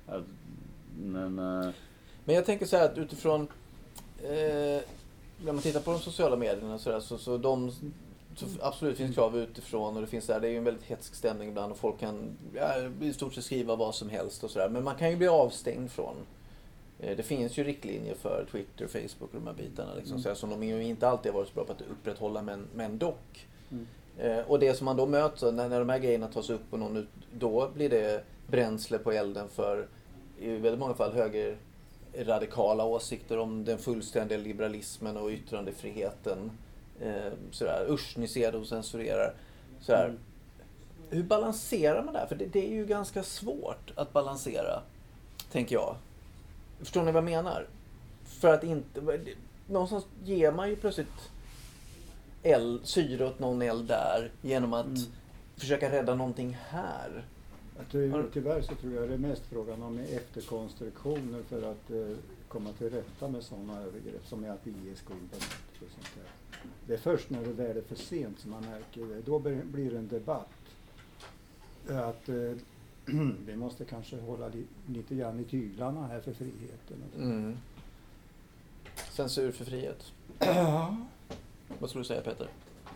men jag tänker så här att utifrån när man tittar på de sociala medierna så absolut finns krav utifrån, och det finns där, det är ju en väldigt hetsk stämning ibland och folk kan i stort sett skriva vad som helst och sådär, men man kan ju bli avstängd från. Det finns ju riktlinjer för Twitter, Facebook och de här bitarna liksom, så som de ju inte alltid har varit så bra på att upprätthålla, men dock. Och det som man då möter när de här grejerna tas upp och någon då blir det bränsle på elden för i väldigt många fall högerradikala åsikter om den fullständiga liberalismen och yttrandefriheten. Sådär, usch, ni ser det och censurerar. Sådär. Hur balanserar man det här? För det är ju ganska svårt att balansera, tänker jag. Förstår ni vad jag menar? För att inte... Någonstans ger man ju plötsligt syre åt någon eld där genom att försöka rädda någonting här. Tyvärr så tror jag det är mest frågan om efterkonstruktioner för att komma till rätta med sådana övergrepp som är att ge skulden och sånt där. Det är först när det väl är för sent som man märker det. Då blir det en debatt. Att vi måste kanske hålla lite grann i tyglarna här för friheten. Mm. Censur för frihet. Vad skulle du säga, Peter?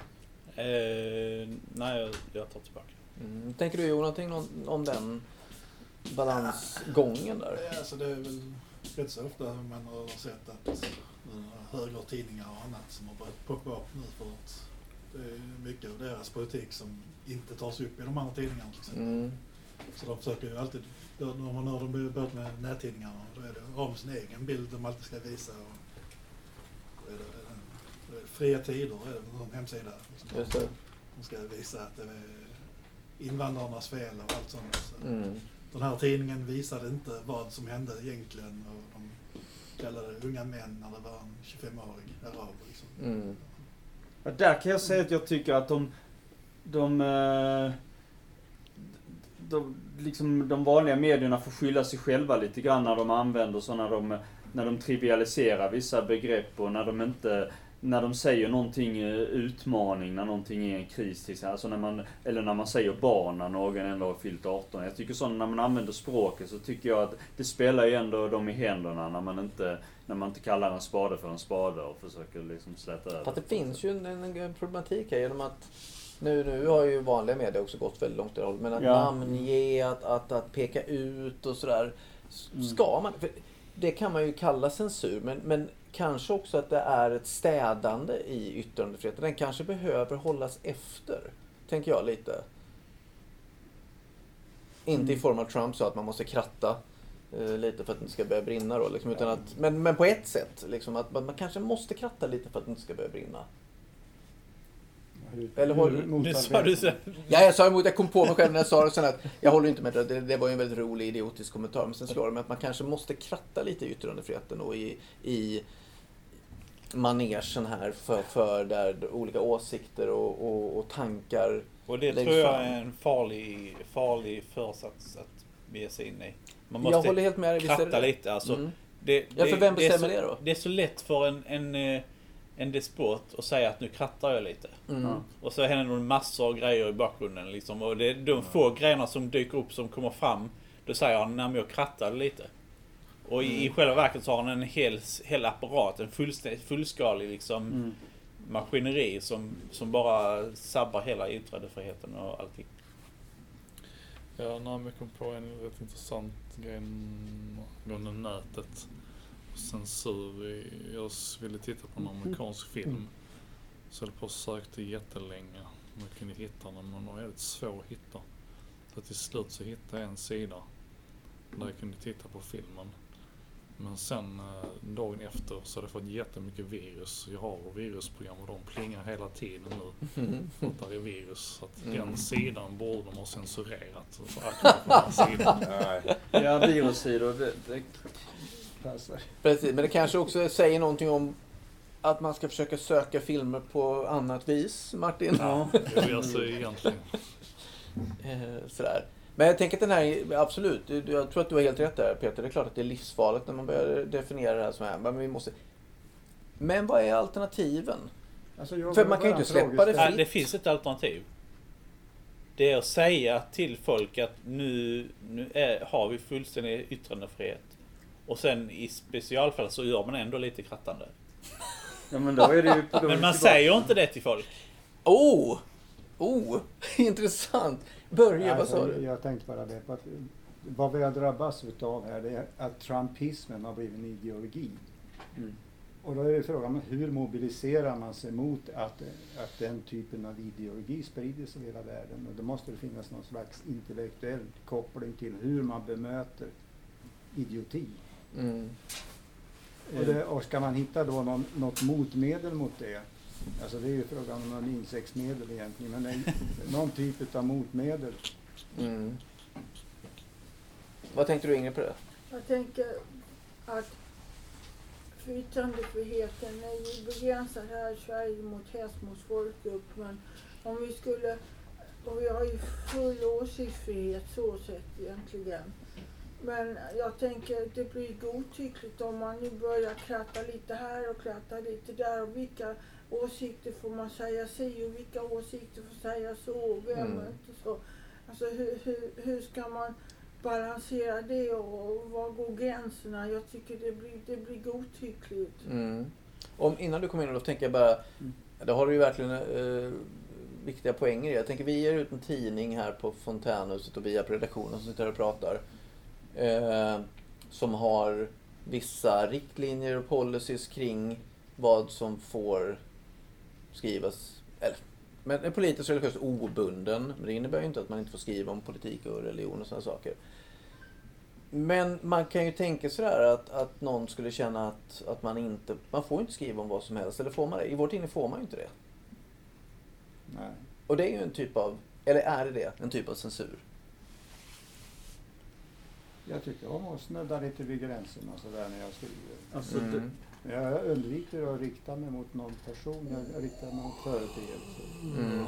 Nej, jag tar tillbaka. Tänker du göra någonting om den balansgången där? Alltså det är väl rätt så ofta man har sett att högertidningar och annat som har börjat poppa upp nu för att det är mycket av deras politik som inte tas upp i de andra tidningarna. Liksom. Så de försöker ju alltid, när de börjat med nättidningarna, då är det om sin egen bild de alltid ska visa. Och Fria Tider är det en hemsida. Liksom. Just det. De ska visa att det är invandrarnas fel och allt sånt. Så den här tidningen visade inte vad som hände egentligen, och de kallade unga män när det var en 25-årig arab. Liksom. Ja, där kan jag säga att jag tycker att de vanliga medierna får skylla sig själva lite grann när de använder så, när de trivialiserar vissa begrepp och när de säger någonting utmaning, när någonting är en kris till sig, alltså när man säger barn när någon ändå har fyllt 18. Jag tycker så, när man använder språket så tycker jag att det spelar ju ändå dem i händerna när man inte kallar en spade för en spade och försöker liksom släta över. Fast det finns ju en problematik här genom att nu har ju vanliga medier också gått väldigt långt i håll, men att namnge, att peka ut och sådär, ska man, för det kan man ju kalla censur, men kanske också att det är ett städande i yttrandefriheten. Den kanske behöver hållas efter, tänker jag lite. Inte i form av Trump så att man måste kratta lite för att det inte ska börja brinna då, liksom, utan att, men på ett sätt liksom, att man kanske måste kratta lite för att det inte ska börja brinna. Det sa du så. Ja, jag sa emot, jag kom på mig själv när jag sa det sen att jag håller inte med det var ju en väldigt rolig idiotisk kommentar, men sen slår det mig att man kanske måste kratta lite i yttrandefriheten och i manegen här för där olika åsikter och tankar. Och det tror jag är en farlig försats att bege sig in i. Man måste jag håller helt med dig, kratta lite. Alltså, för vem bestämmer det då? Det är så lätt för en despot att säga att nu krattar jag lite. Och så händer det massor av grejer i bakgrunden. Liksom, och det är de få grejerna som dyker upp som kommer fram. Då säger han, när jag krattar lite. Och i själva verket så har han en hel apparat, en fullskalig liksom, maskineri som bara sabbar hela yttrandefriheten och allting. Ja, när jag kom på en rätt intressant grej angående nätet. Censur. Jag ville titta på en amerikansk film. Så jag sökte jättelänge om jag kunde hitta den, men det var väldigt svårt att hitta. Så till slut så hittade jag en sida där jag kunde titta på filmen. Men sen dagen efter så hade jag fått jättemycket virus. Jag har virusprogram och de plingar hela tiden nu. För att det är virus. Så att den sidan borde de ha censurerat. Så att den sidan. Ja, virussidor. Det Precis, men det kanske också säger någonting om att man ska försöka söka filmer på annat vis, Martin. Ja, alltså egentligen. Sådär. Men jag tänker att den här, absolut, jag tror att du har helt rätt där, Peter. Det är klart att det är livsfarligt när man börjar definiera det här som här. Men vad är alternativen? Alltså för man kan ju inte släppa det fritt. Det finns ett alternativ. Det är att säga till folk att nu har vi fullständig yttrandefrihet. Och sen i specialfall så gör man ändå lite krattande. Ja, men då är det ju men man säger ju inte det till folk. Intressant. Börja, vad sa du? Jag tänkte bara det på att vad vi har drabbats utav här, det är att trumpismen har blivit en ideologi. Och då är det frågan om hur mobiliserar man sig mot att den typen av ideologi sprider sig i hela världen. Och då måste det finnas någon slags intellektuell koppling till hur man bemöter idioti. Och ska man hitta då något motmedel mot det, alltså det är ju frågan om en insektsmedel egentligen, men det är någon typ av motmedel. Vad tänkte du, Ingrid, på det? Jag tänker att yttrandefriheten är ju begränsad här i Sverige mot hets mot folkgrupp, men om vi har ju full åsiktsfrihet så sett egentligen. Men jag tänker att det blir godtyckligt om man nu börjar kratta lite här och kratta lite där, och åsikter får man säga si och vilka åsikter får säga så och vem inte så. Alltså hur ska man balansera det och var går gränserna? Jag tycker det blir godtyckligt. Innan du kommer in då tänker jag bara, det har du ju verkligen viktiga poänger i. Jag tänker vi ger ut en tidning här på Fontänhuset och via redaktionen som sitter och pratar. Som har vissa riktlinjer och policies kring vad som får skrivas. Men är politiskt och religiöst obunden. Men det innebär ju inte att man inte får skriva om politik och religion och sådana saker. Men man kan ju tänka sådär att någon skulle känna att man får inte skriva om vad som helst. Eller får man det? I vår tidning får man ju inte det. Nej. Och det är ju en typ av, eller är det en typ av censur? Jag tycker om att snudda lite vid gränserna sådär när jag skriver. Alltså, Jag undviker att rikta mig mot någon person, jag riktar mig mot företeelser.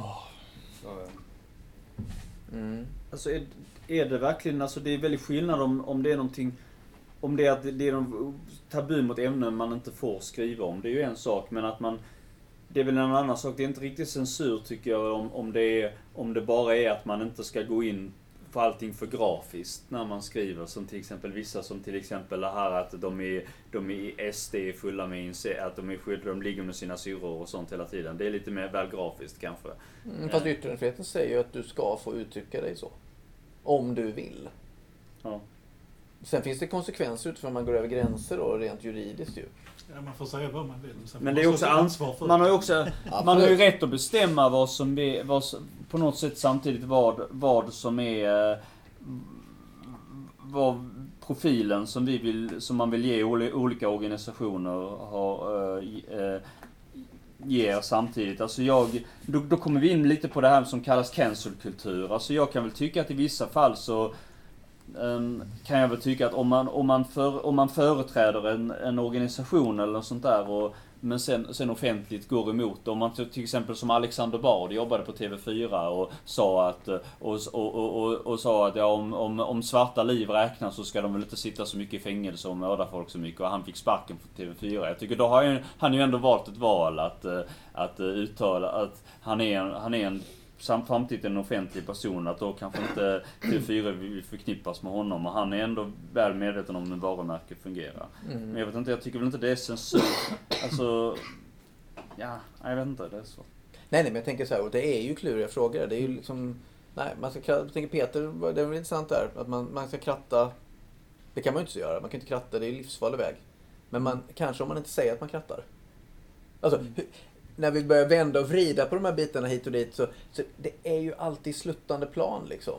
Alltså är det verkligen, alltså det är väldigt skillnad om det är någonting, om det är att det är någon tabu mot ämnen man inte får skriva om, det är ju en sak, men att man, det är väl en annan sak, det är inte riktigt censur tycker jag om det bara är att man inte ska gå in för allting för grafiskt när man skriver, som till exempel vissa som till exempel det här att de är SD fulla med att de ligger med sina syrror och sånt hela tiden. Det är lite mer väl grafiskt kanske. Fast yttrandefriheten säger ju att du ska få uttrycka dig så. Om du vill. Ja. Sen finns det konsekvenser utifrån man går över gränser då, rent juridiskt ju. Ja, man får säga vad man vill. Men det är också ansvar för man har ju också man har ju rätt att bestämma vad på något sätt samtidigt vad som är vad profilen som man vill ge olika organisationer ger samtidigt. Alltså då kommer vi in lite på det här som kallas cancelkultur. Alltså jag kan väl tycka att i vissa fall så kan jag väl tycka att om man företräder en organisation eller något sånt där men sen offentligt går emot, om man till exempel som Alexander Bard jobbade på TV4 och sa att ja, om svarta liv räknas så ska de väl inte sitta så mycket i fängelse och mörda folk så mycket, och han fick sparken på TV4. Jag tycker då har han ju ändå valt ett val att uttala att han är en samtidigt en offentlig person, att då kanske inte TV4 vill förknippas med honom, och han är ändå väl medveten om hur varumärket fungerar. Men jag vet inte, jag tycker väl inte det är censur. Alltså, ja, jag vet inte, det är så. Nej, men jag tänker så här, och det är ju kluriga frågor. Det är ju liksom, jag tänker Peter, det är väl intressant där, att man ska kratta, det kan man ju inte göra, man kan inte kratta, det är ju livsfarlig väg. Men kanske om man inte säger att man krattar. Alltså, när vi börjar vända och vrida på de här bitarna hit och dit så det är ju alltid sluttande plan liksom.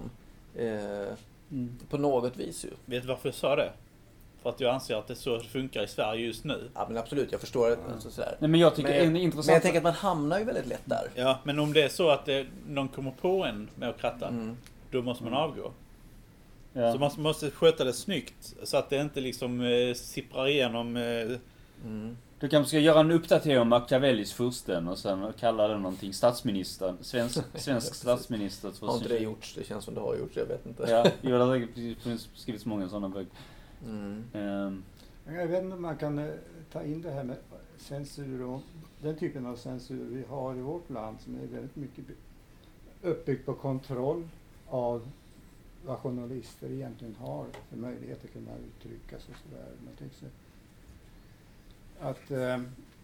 På något vis ju. Vet du varför jag sa det? För att jag anser att det så funkar i Sverige just nu. Ja, men absolut, jag förstår det. Sådär. Nej, men jag tycker en intressant... Men jag tänker att man hamnar ju väldigt lätt där. Ja, men om det är så att någon kommer på en med att kratta, då måste man avgå. Ja. Så man måste sköta det snyggt så att det inte liksom sipprar igenom... Du kanske ska göra en uppdatering om Machiavellis fursten och sen kalla det någonting statsministern, svensk statsminister. Har inte det gjorts? Det känns som det har gjorts, jag vet inte. Ja, det har skrivits många sådana böcker. Jag vet inte om man kan ta in det här med censur och den typen av censur vi har i vårt land som är väldigt mycket uppbyggt på kontroll av vad journalister egentligen har för möjlighet att kunna uttrycka sig och sådär. Man tänker sig att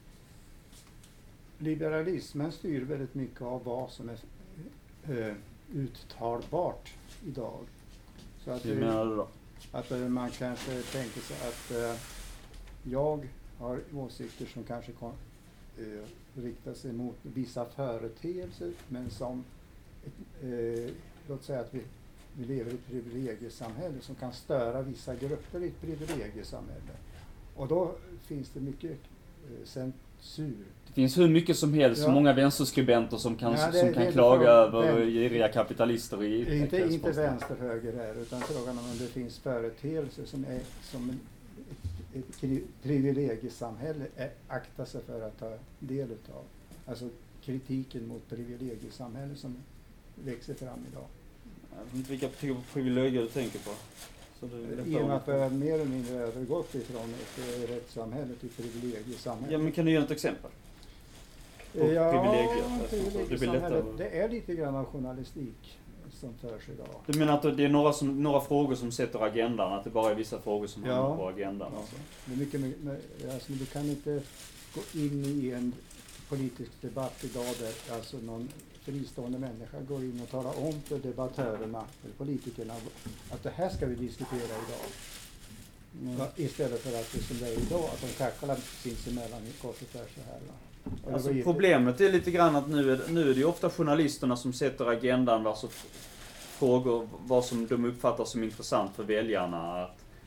liberalismen styr väldigt mycket av vad som är uttalbart idag. Så att hur menar du då? Att man kanske tänker sig att jag har åsikter som kanske riktar sig mot vissa företeelser, men som låt säga att vi lever i ett privilegiesamhälle som kan störa vissa grupper i ett privilegiesamhälle. Och då finns det mycket censur. Det finns hur mycket som helst, så många vänsterskribenter som kan klaga över giriga kapitalister i inte vänster höger här, utan frågan om det finns företeelser som är som ett privilegiesamhälle aktar sig för att ta del utav. Alltså kritiken mot privilegiesamhället som växer fram idag. Jag vet inte vilka privilegier du tänker på. I och med att vi mer eller mindre övergått ifrån ett rättssamhälle till privilegiesamhälle. Ja, men kan du ge ett exempel? privilegier. Det är lite grann av journalistik som förs idag. Du menar att det är några frågor som sätter agendan, att det bara är vissa frågor som hamnar på agendan? Ja. Alltså. Det är mycket, alltså, du kan inte gå in i en politisk debatt idag där alltså någon fristående människa går in och talar om för debattörerna, eller politikerna, att det här ska vi diskutera idag. Istället för att det som det är idag, att de kacklar sinsemellan i kors och tvärs så här. Alltså, problemet är lite grann att nu är det ju ofta journalisterna som sätter agendan, alltså frågor vad som de uppfattar som intressant för väljarna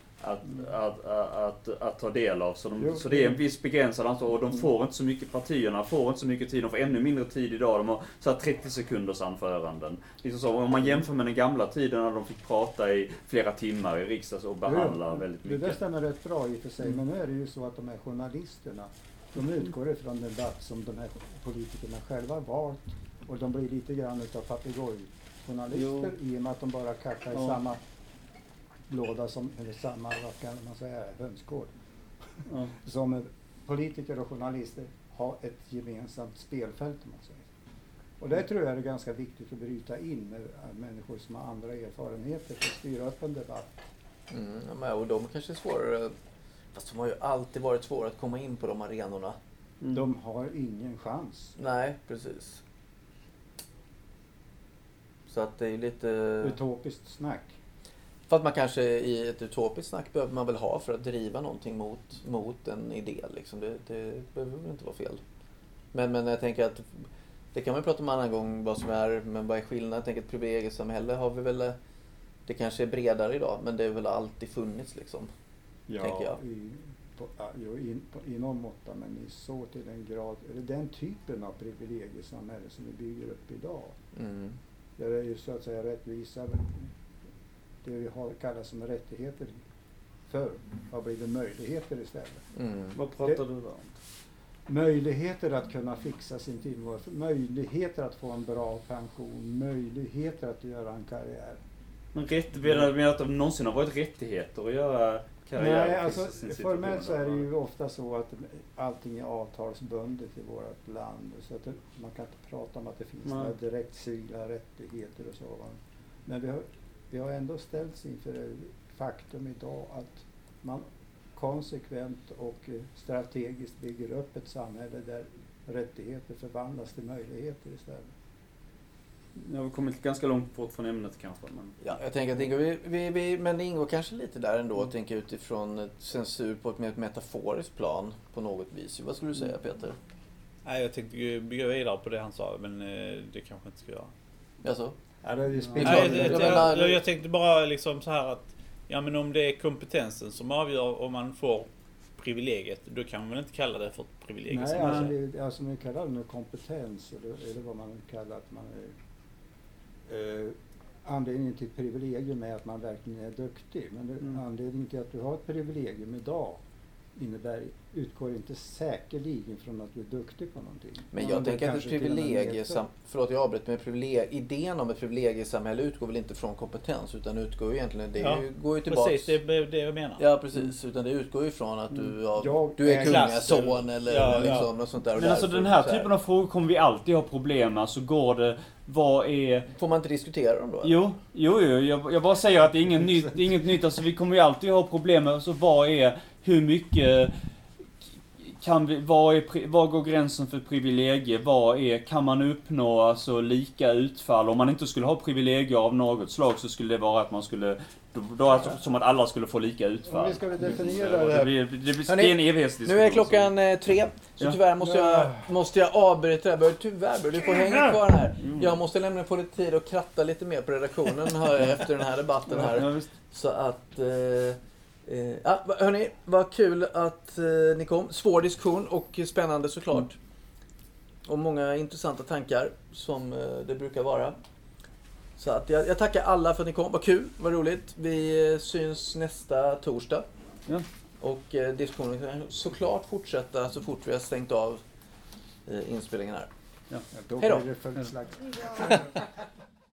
att ta del av. Så det är en viss begränsad antal, och de får inte så mycket, partierna får inte så mycket tid, de får ännu mindre tid idag. De har så här 30 sekunders anföranden. Liksom så, om man jämför med den gamla tiden när de fick prata i flera timmar i riksdagen och behandla väldigt mycket. Det där stämmer rätt bra i och för sig, men nu är det ju så att de här journalisterna, de utgår ifrån den debatt som de här politikerna själva valt, och de blir lite grann utav papegojjournalister i och med att de bara kackar i samma låda som, eller samma, vad kan man säga, hönsgård. Som politiker och journalister har ett gemensamt spelfält, om man säger. Och det tror jag är ganska viktigt att bryta in med människor som har andra erfarenheter för att styra upp en debatt. Och de kanske är svårare, fast de har ju alltid varit svåra att komma in på de arenorna. De har ingen chans. Nej, precis. Så att det är lite... Utopiskt snack. För att man kanske i ett utopiskt snack behöver man väl ha för att driva någonting mot en idé. Liksom. Det behöver väl inte vara fel. Men jag tänker att det kan man prata om en annan gång vad som är, men vad är skillnaden? Jag tänker att privilegiesamhälle har vi väl, det kanske är bredare idag, men det är väl alltid funnits liksom. Tänker jag. I någon måtta, men i så till en grad, är det den typen av privilegiesamhälle som vi bygger upp idag. Där är ju så att säga rättvisa, det vi har kallat som rättigheter för har blivit möjligheter istället. Vad pratar du om? Möjligheter att kunna fixa sin tillvaro, möjligheter att få en bra pension, möjligheter att göra en karriär. Men menar att det någonsin har varit rättigheter att göra karriär? Nej, alltså formellt så är det ju ofta så att allting är avtalsbundet i vårt land. Så att man kan inte prata om att det finns några direkt civila rättigheter och så. Men vi har ändå ställts inför faktum idag att man konsekvent och strategiskt bygger upp ett samhälle där rättigheter förvandlas till möjligheter istället. Nu har vi kommit ganska långt bort från ämnet kanske. Men... Ja, jag tänker att men det ingår kanske lite där ändå att tänka utifrån censur på ett mer metaforiskt plan på något vis. Vad skulle du säga, Peter? Nej, jag tänkte bygga vidare på det han sa, men det kanske inte ska göra. Jaså? Jag tänkte bara liksom så här att ja, men om det är kompetensen som avgör om man får privilegiet, då kan man väl inte kalla det för ett privilegium. Nej, alltså man kallar det nu kompetens eller vad man kallar att man anledningen till privilegium är att man verkligen är duktig, men anledningen till att du har ett privilegium idag utgår inte säkerligen från att du är duktig på någonting. Men jag tänker att ett idén om ett privilegiesamhälle utgår väl inte från kompetens, utan utgår ju egentligen, går ju tillbaka. Precis, det är det jag menar. Ja, precis, utan det utgår ju från att du är kungason eller liksom något sånt där. Men alltså den här typen av frågor kommer vi alltid ha problem med, alltså går det, Får man inte diskutera dem då? Jo, jag bara säger att det är inget nytt, alltså vi kommer ju alltid ha problem med, alltså hur mycket var går gränsen för privilegier? Kan man uppnå alltså lika utfall? Om man inte skulle ha privilegier av något slag så skulle det vara att man skulle som att alla skulle få lika utfall. Vi ska definiera det här. Det blir en evighetsdiskussion. Nu är klockan 3, så tyvärr måste jag avbryta det här. Tyvärr, du får hänga kvar här. Jag måste lämna på lite tid och kratta lite mer på redaktionen efter den här debatten här. Så att... hörni, vad kul att ni kom. Svår diskussion och spännande såklart. Och många intressanta tankar som det brukar vara. Så att jag tackar alla för att ni kom. Vad kul, vad roligt. Vi syns nästa torsdag. Ja. Och diskussionen kan såklart fortsätta så fort vi har stängt av inspelningen här. Ja, då hej då. blir det fullt slags.